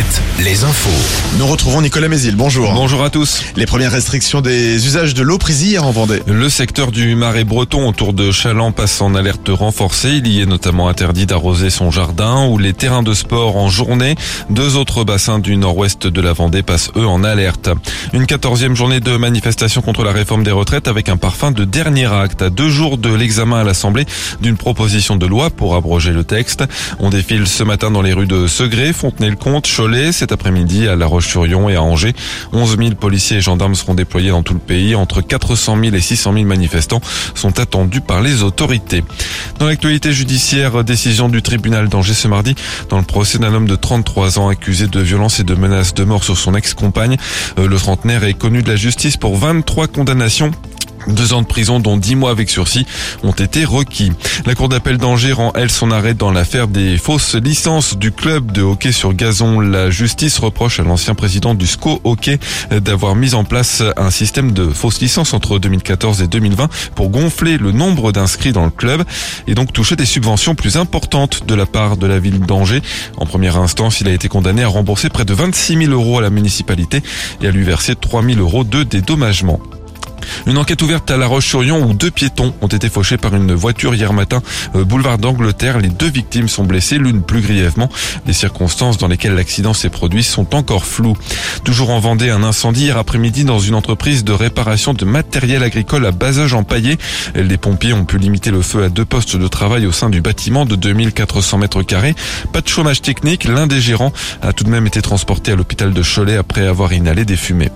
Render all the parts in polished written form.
vite, les infos. Nous retrouvons Nicolas Mézil, bonjour. Bonjour à tous. Les premières restrictions des usages de l'eau prises hier en Vendée. Le secteur du Marais breton autour de Chaland passe en alerte renforcée. Il y est notamment interdit d'arroser son jardin ou les terrains de sport en journée. 2 autres bassins du nord-ouest de la Vendée passent eux en alerte. Une 14e journée de manifestation contre la réforme des retraites avec un parfum de dernier acte. À 2 jours de l'examen à l'Assemblée d'une proposition de loi pour abroger le texte. On défile ce matin dans les rues de Segré, Fontenay-le-Comte, Cholet. Cet après-midi à La Roche-sur-Yon et à Angers. 11 000 policiers et gendarmes seront déployés dans tout le pays. Entre 400 000 et 600 000 manifestants sont attendus par les autorités. Dans l'actualité judiciaire, décision du tribunal d'Angers ce mardi dans le procès d'un homme de 33 ans accusé de violence et de menaces de mort sur son ex-compagne. Le trentenaire est connu de la justice pour 23 condamnations. 2 ans de prison, dont 10 mois avec sursis, ont été requis. La Cour d'appel d'Angers rend, elle, son arrêt dans l'affaire des fausses licences du club de hockey sur gazon. La justice reproche à l'ancien président du SCO Hockey d'avoir mis en place un système de fausses licences entre 2014 et 2020 pour gonfler le nombre d'inscrits dans le club et donc toucher des subventions plus importantes de la part de la ville d'Angers. En première instance, il a été condamné à rembourser près de 26 000 € à la municipalité et à lui verser 3 000 € de dédommagement. Une enquête ouverte à La Roche-sur-Yon où 2 piétons ont été fauchés par une voiture hier matin, boulevard d'Angleterre. Les 2 victimes sont blessées, l'une plus grièvement. Les circonstances dans lesquelles l'accident s'est produit sont encore floues. Toujours en Vendée, un incendie hier après-midi dans une entreprise de réparation de matériel agricole à Bazoges-en-Paillé. Les pompiers ont pu limiter le feu à 2 postes de travail au sein du bâtiment de 2400 mètres carrés. Pas de chômage technique, l'un des gérants a tout de même été transporté à l'hôpital de Cholet après avoir inhalé des fumées.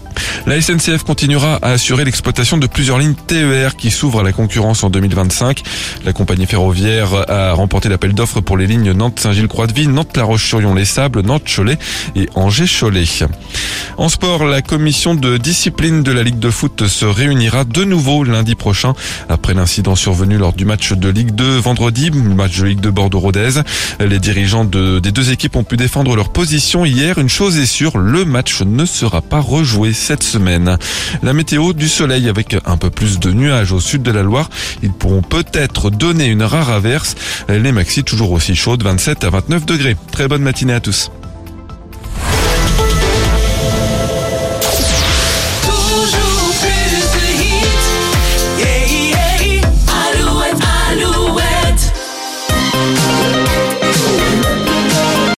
La SNCF continuera à assurer l'exploitation de plusieurs lignes TER qui s'ouvrent à la concurrence en 2025. La compagnie ferroviaire a remporté l'appel d'offres pour les lignes Nantes-Saint-Gilles-Croix-de-Vie, Nantes-La Roche-sur-Yon-Les Sables, Nantes-Cholet et Angers-Cholet. En sport, la commission de discipline de la Ligue de foot se réunira de nouveau lundi prochain après l'incident survenu lors du match de Ligue 2 vendredi, match de Ligue 2 Bordeaux-Rodez. Les dirigeants des 2 équipes ont pu défendre leur position hier. Une chose est sûre, le match ne sera pas rejoué cette semaine. La météo, du soleil avec un peu plus de nuages au sud de la Loire. Ils pourront peut-être donner une rare averse. Les maxis toujours aussi chaudes, 27 à 29 degrés. Très bonne matinée à tous.